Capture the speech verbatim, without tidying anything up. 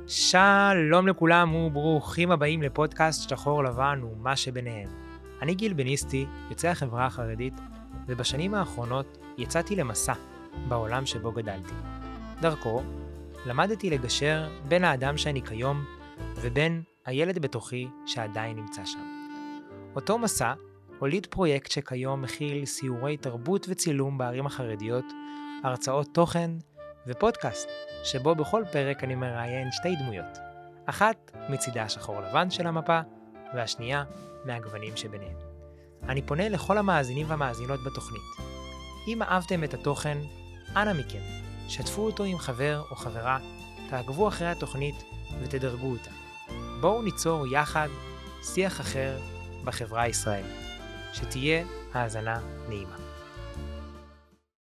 שלום לכולם וברוכים הבאים לפודקאסט שחור לבן ומה שביניהם. אני גיל בניסטי, יוצא החברה החרדית, ובשנים האחרונות יצאתי למסע בעולם שבו גדלתי. דרכו למדתי לגשר בין האדם שאני כיום ובין הילד בתוכי שעדיין נמצא שם. אותו מסע הוליד פרויקט שכיום מכיל סיורי תרבות וצילום בערים החרדיות, הרצאות תוכן ופודקאסט, שבו בכל פרק אני מראיין שתי דמויות, אחת מצידה השחור לבן של המפה, והשנייה מהגוונים שביניהם. אני פונה לכל המאזינים והמאזינות בתוכנית. אם אהבתם את התוכן, אנא מכם, שתפו אותו עם חבר או חברה, תעקבו אחרי התוכנית ותדרגו אותה. בואו ניצור יחד שיח אחר בחברה הישראלית. שתהיה האזנה נעימה.